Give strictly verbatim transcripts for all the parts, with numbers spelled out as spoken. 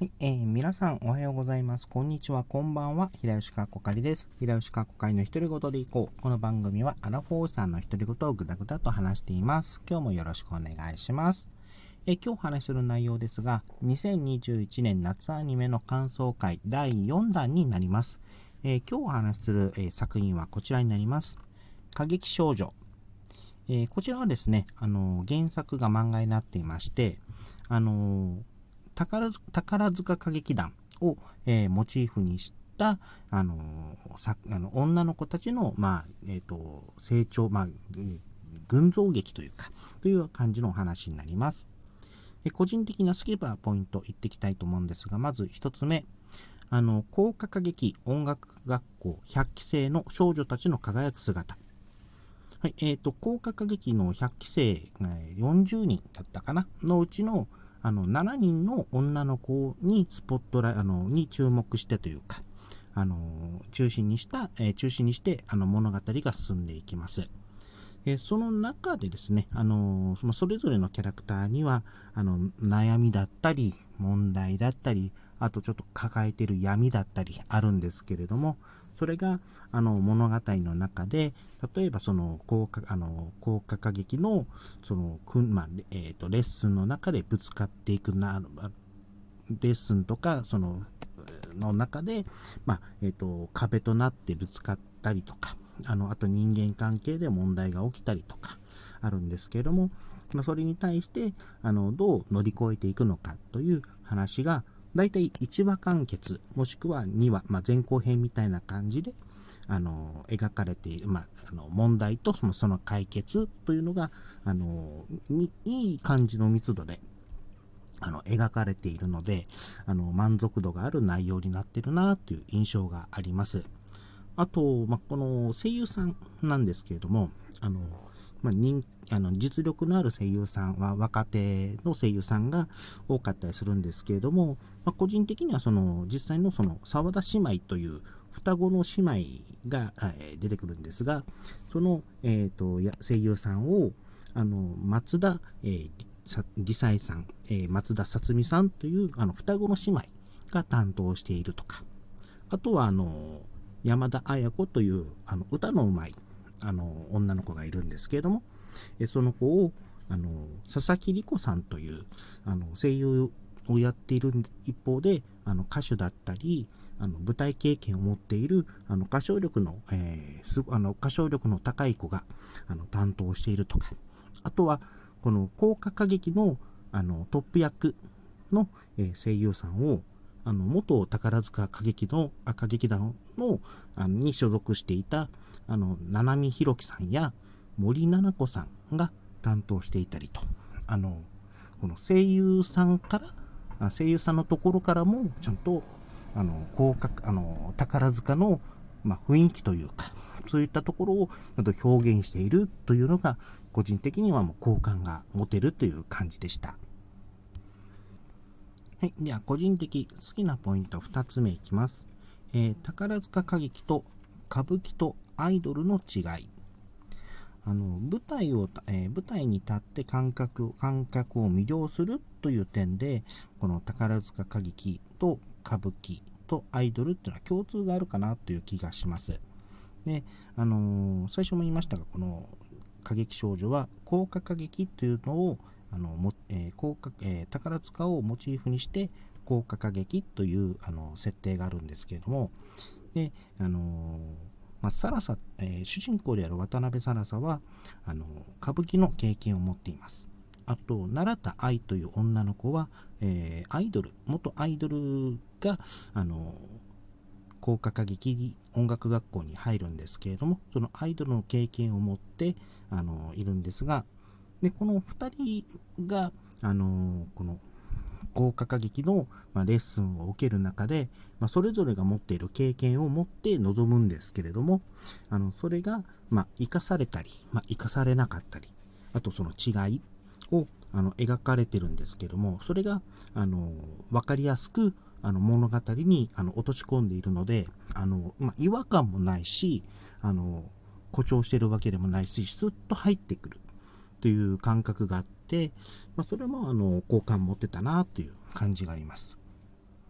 はい、えー、皆さんおはようございます。こんにちは、こんばんは。平吉かこかりです。平吉かこかりの独り言でいこう。この番組はアラフォーさんの独り言をぐだぐだと話しています。今日もよろしくお願いします。えー、今日お話しする内容ですが、にせんにじゅういちねん夏アニメの感想会だいよんだんになります。えー、今日お話しする、えー、作品はこちらになります。過激少女。えー、こちらはですね、あのー、原作が漫画になっていまして、あのー宝宝塚歌劇団を、えー、モチーフにした、あのー、さあの女の子たちの、まあえー、と成長、まあ、群像劇というかという感じのお話になります。で個人的な好きなポイント言っていきたいと思うんですが、まず一つ目、あの高価歌劇音楽学校ひゃっき生の少女たちの輝く姿。はい、えーと、高価歌劇のひゃっき生がよんじゅうにんだったかなのうちのあのななにんの女の子にスポットライトあのに注目してというか、あの中心にした、えー中心にしてあの物語が進んでいきます。えーその中でですね、あのーそれぞれのキャラクターにはあの悩みだったり問題だったり、あとちょっと抱えている闇だったりあるんですけれども、それがあの物語の中で、例えばその高価あの高価歌劇のそのくん、まあえー、とレッスンの中でぶつかっていくなレッスンとかそのの中で、まあえー、と壁となってぶつかったりとか、あのあと人間関係で問題が起きたりとかあるんですけれども、まあ、それに対してあのどう乗り越えていくのかという話がだいたいいちわ完結もしくはにわ、まあ、前後編みたいな感じであの描かれている、まあ、あの問題とそのその解決というのがあのいい感じの密度であの描かれているので、あの満足度がある内容になっているなという印象があります。あと、まあ、この声優さんなんですけれども、あの、まあ、人あの実力のある声優さんは若手の声優さんが多かったりするんですけれども、まあ、個人的にはその実際のその沢田姉妹という双子の姉妹が、えー出てくるんですが、その、えー、とや声優さんをあの松田、えー、りさえさん、えー松田さつみさんというあの双子の姉妹が担当しているとか、あとはあの山田綾子というあの歌のうまいあの女の子がいるんですけれども、えその子をあの佐々木里子さんというあの声優をやっている一方で、あの歌手だったりあの舞台経験を持っているあの歌唱力の、えー、すあの歌唱力の高い子があの担当しているとか、あとはこの高価歌劇のあのトップ役の、えー声優さんをあの元宝塚歌劇の歌劇団のあのに所属していたあの七海弘樹さんや森七菜子さんが担当していたりと、あのこの声優さんから声優さんのところからもちゃんとあの高価あの宝塚の、まあ、雰囲気というかそういったところを表現しているというのが個人的にはもう好感が持てるという感じでした。はい、では個人的好きなポイントふたつめいきます。えー宝塚歌劇と歌舞伎とアイドルの違い。あの舞台を、えー舞台に立って観客観客を魅了するという点で、この宝塚歌劇と歌舞伎とアイドルっていうのは共通があるかなという気がします。で、あのー最初も言いましたが、この歌劇少女は高価歌劇というのをあのも、えー高価えー宝塚をモチーフにして高価歌劇というあの設定があるんですけれども、で、あのーまあ、サラサ、えー主人公である渡辺サラサはあの歌舞伎の経験を持っています。あと、奈良田愛という女の子は、えーアイドル、元アイドルが、あの高価歌劇音楽学校に入るんですけれども、そのアイドルの経験を持ってあのいるんですが、でこのふたりがあのこの高価歌劇の、まあ、レッスンを受ける中で、まあ、それぞれが持っている経験を持って臨むんですけれども、あのそれが、まあ、生かされたり、まあ、生かされなかったり、あとその違いをあの描かれてるんですけども、それがあの分かりやすくあの物語にあの落とし込んでいるので、あの、まあ、違和感もないし、あの誇張しているわけでもないし、スッと入ってくるという感覚があって、まあ、それもあの好感持ってたなという感じがあります。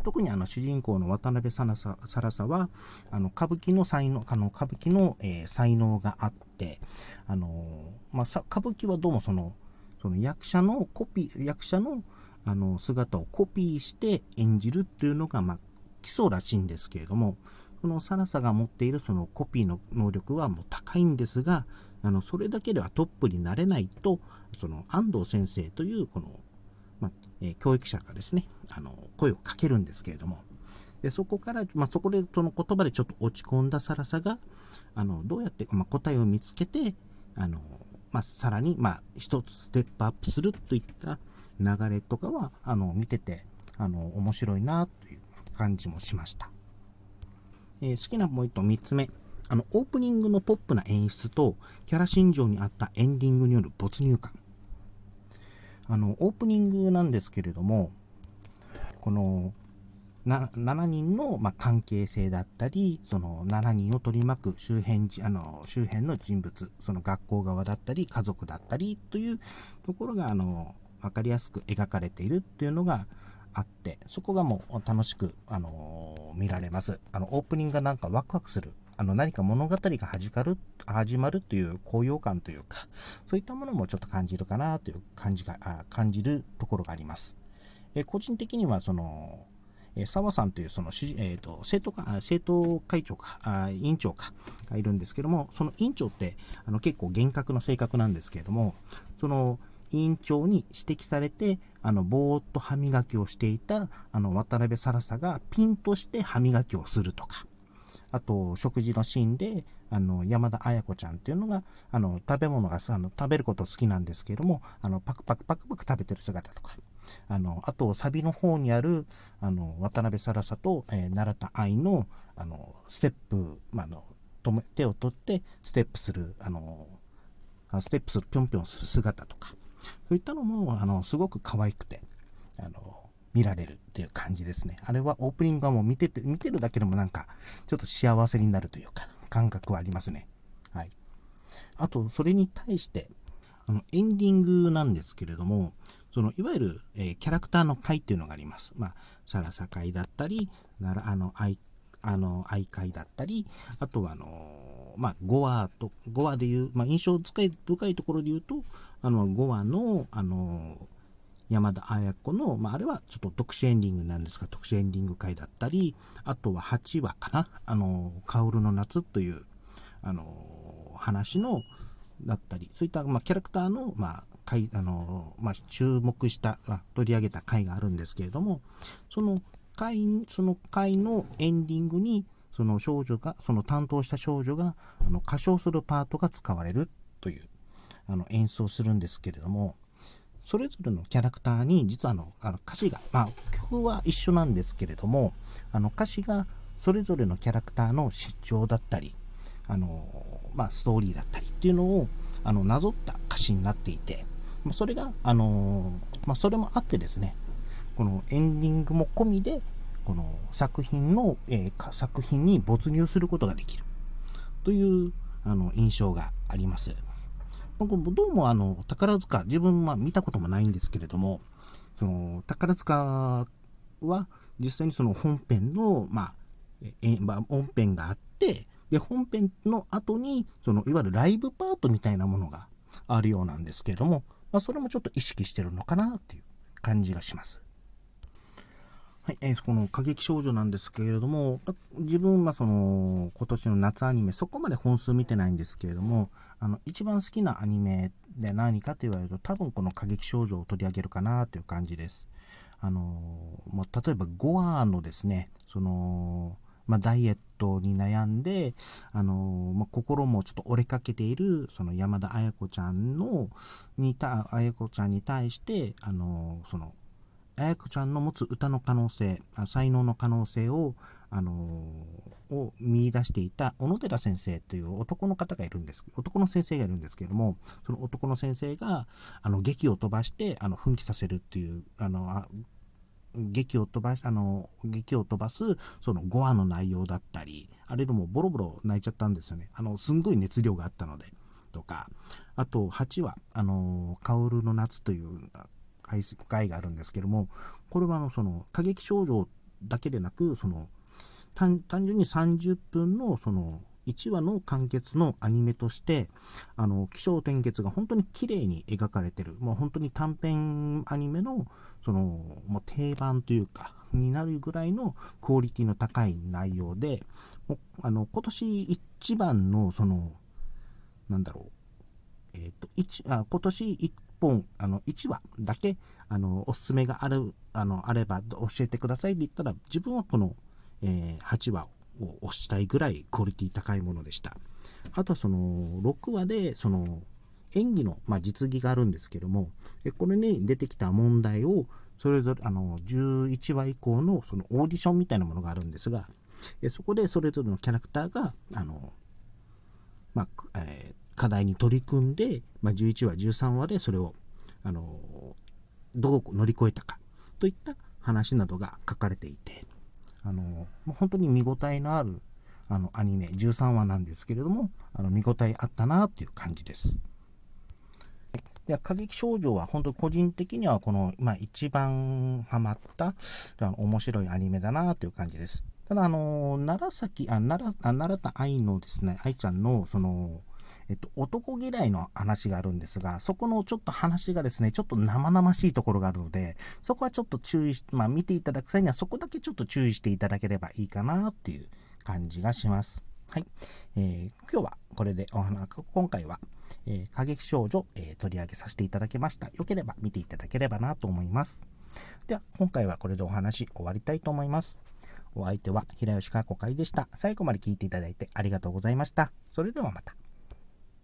特にあの主人公の渡辺更紗はあの歌舞伎の才能、あの歌舞伎の、えー、才能があって、あのーまあ、さ歌舞伎はどうもそのその役者のコピー役者のあの姿をコピーして演じるっていうのが、まあ、基礎らしいんですけれども、その更紗が持っているそのコピーの能力はもう高いんですが、あのそれだけではトップになれないと、その安藤先生というこの、まあえー、教育者がですね、あの声をかけるんですけれども、でそこから、まあ、そこでその言葉でちょっと落ち込んだ更紗があのどうやって、まあ、答えを見つけて、あの、まあ、さらに、まあ、一つステップアップするといった流れとかはあの見ててあの面白いなという感じもしました。えー、好きなポイントみっつめ、あのオープニングのポップな演出とキャラ心情に合ったエンディングによる没入感。あのオープニングなんですけれども、このなななにんの、まあ、関係性だったり、そのしちにんを取り巻く周辺あの周辺の人物、その学校側だったり家族だったりというところがあの分かりやすく描かれているっていうのがあって、そこがもう楽しく、あのー見られます。あのオープニングがなんかワクワクする、あの何か物語が始まる始まるという高揚感というか、そういったものもちょっと感じるかなという感じがあ感じるところがあります。え個人的にはその澤さんというその、えー、と生徒か生徒会長かあ委員長かがいるんですけども、その委員長ってあの結構厳格な性格なんですけれども、その委員長に指摘されてあのぼーっと歯磨きをしていたあの渡辺更紗がピンとして歯磨きをするとか、あと食事のシーンであの山田綾子ちゃんっていうのがあの食べ物があの食べること好きなんですけれども、あのパクパクパクパク食べてる姿とか、あのあとサビの方にあるあの渡辺更紗と、えー、奈良田愛のあのステップ、まあ、あの手を取ってステップするあのステップするぴょんぴょんする姿とか、そういったのもあのすごく可愛くてあの見られるっていう感じですね。あれはオープニングはもう見てて見てるだけでもなんかちょっと幸せになるというか感覚はありますね。はい。あとそれに対してあのエンディングなんですけれども、そのいわゆる、えー、キャラクターの会っていうのがあります。まあ更紗会だったり、ならあの愛あの愛会だったり、あとはあのまあごわとごわでいう、まあ、印象深い深いところで言うと、あのごわのあの山田綾子の、まあ、あれはちょっと特殊エンディングなんですが、特殊エンディング回だったり、あとははちわかな、あの薫の夏というあの話のだったり、そういった、まあ、キャラクターの、まあ回あのまあ、注目した、まあ、取り上げた回があるんですけれども、その回その回のエンディングにその少女がその担当した少女があの歌唱するパートが使われるというあの演奏するんですけれども、それぞれのキャラクターに実はあのあの歌詞が、まあ、曲は一緒なんですけれども、あの歌詞がそれぞれのキャラクターの主張だったり、あの、まあ、ストーリーだったりっていうのをあのなぞった歌詞になっていて、それが、あのまあ、それもあってですね、このエンディングも込みでこの作品の、えー、作品に没入することができるというあの印象があります。どうもあの宝塚、自分は見たこともないんですけれども、その宝塚は実際にその本編の、まあえまあ、本編があって、で本編の後にそのいわゆるライブパートみたいなものがあるようなんですけれども、まあ、それもちょっと意識してるのかなっていう感じがします。はい、えー、この過激少女なんですけれども、自分はその今年の夏アニメそこまで本数見てないんですけれども、あの一番好きなアニメで何かと言われると多分この過激少女を取り上げるかなという感じです。あのもう例えばごわのですね、そのまあ、ダイエットに悩んで、あのまあ、心もちょっと折れかけているその山田綾子ちゃんのにた綾子ちゃんに対して、あのその綾子ちゃんの持つ歌の可能性、才能の可能性を、あのー、を見出していた小野寺先生という男の方がいるんです、男の先生がいるんですけれども、その男の先生があの劇を飛ばしてあの奮起させるっていう、あのあ劇を飛ばしあの劇を飛ばすそのごわの内容だったり、あれでもボロボロ泣いちゃったんですよね。あのすんごい熱量があったのでとか、あとはちわ、あの薫の夏という回があるんですけども、これはあのその過激少女だけでなく、その単単純にさんじゅっぷんのそのいちわの完結のアニメとして、あの起承転結が本当に綺麗に描かれてる、もう本当に短編アニメのそのもう定番というかになるぐらいのクオリティの高い内容で、もうあの今年一番のそのなんだろう、えっと一あ今年いっぽんあのいちわだけあのおすすめがあるあのあれば教えてくださいって言ったら、自分はこの、えー、はちわを推したいぐらいクオリティ高いものでした。あとはそのろくわでその演技の、まあ、実技があるんですけども、えこれに出てきた問題をそれぞれあのじゅういちわ以降のそのオーディションみたいなものがあるんですが、えそこでそれぞれのキャラクターがあの、まあえー、課題に取り組んで、まあ、じゅういちわじゅうさんわでそれをあのどう乗り越えたかといった話などが書かれていて、あの本当に見応えのあるあのアニメじゅうさんわなんですけれども、あの見応えあったなっていう感じです。で、過激少女は本当個人的にはこの、まあ、一番ハマったあの面白いアニメだなという感じです。ただ、あの楢崎あ楢あ楢田愛のですね、愛ちゃんのそのえっと、男嫌いの話があるんですが、そこのちょっと話がですね、ちょっと生々しいところがあるので、そこはちょっと注意し、まあ見ていただく際にはそこだけちょっと注意していただければいいかなっていう感じがします。はい。えー、今日はこれでお話、今回は、えー、過激少女、えー、取り上げさせていただきました。よければ見ていただければなと思います。では、今回はこれでお話終わりたいと思います。お相手は平吉かこかいでした。最後まで聞いていただいてありがとうございました。それではまた。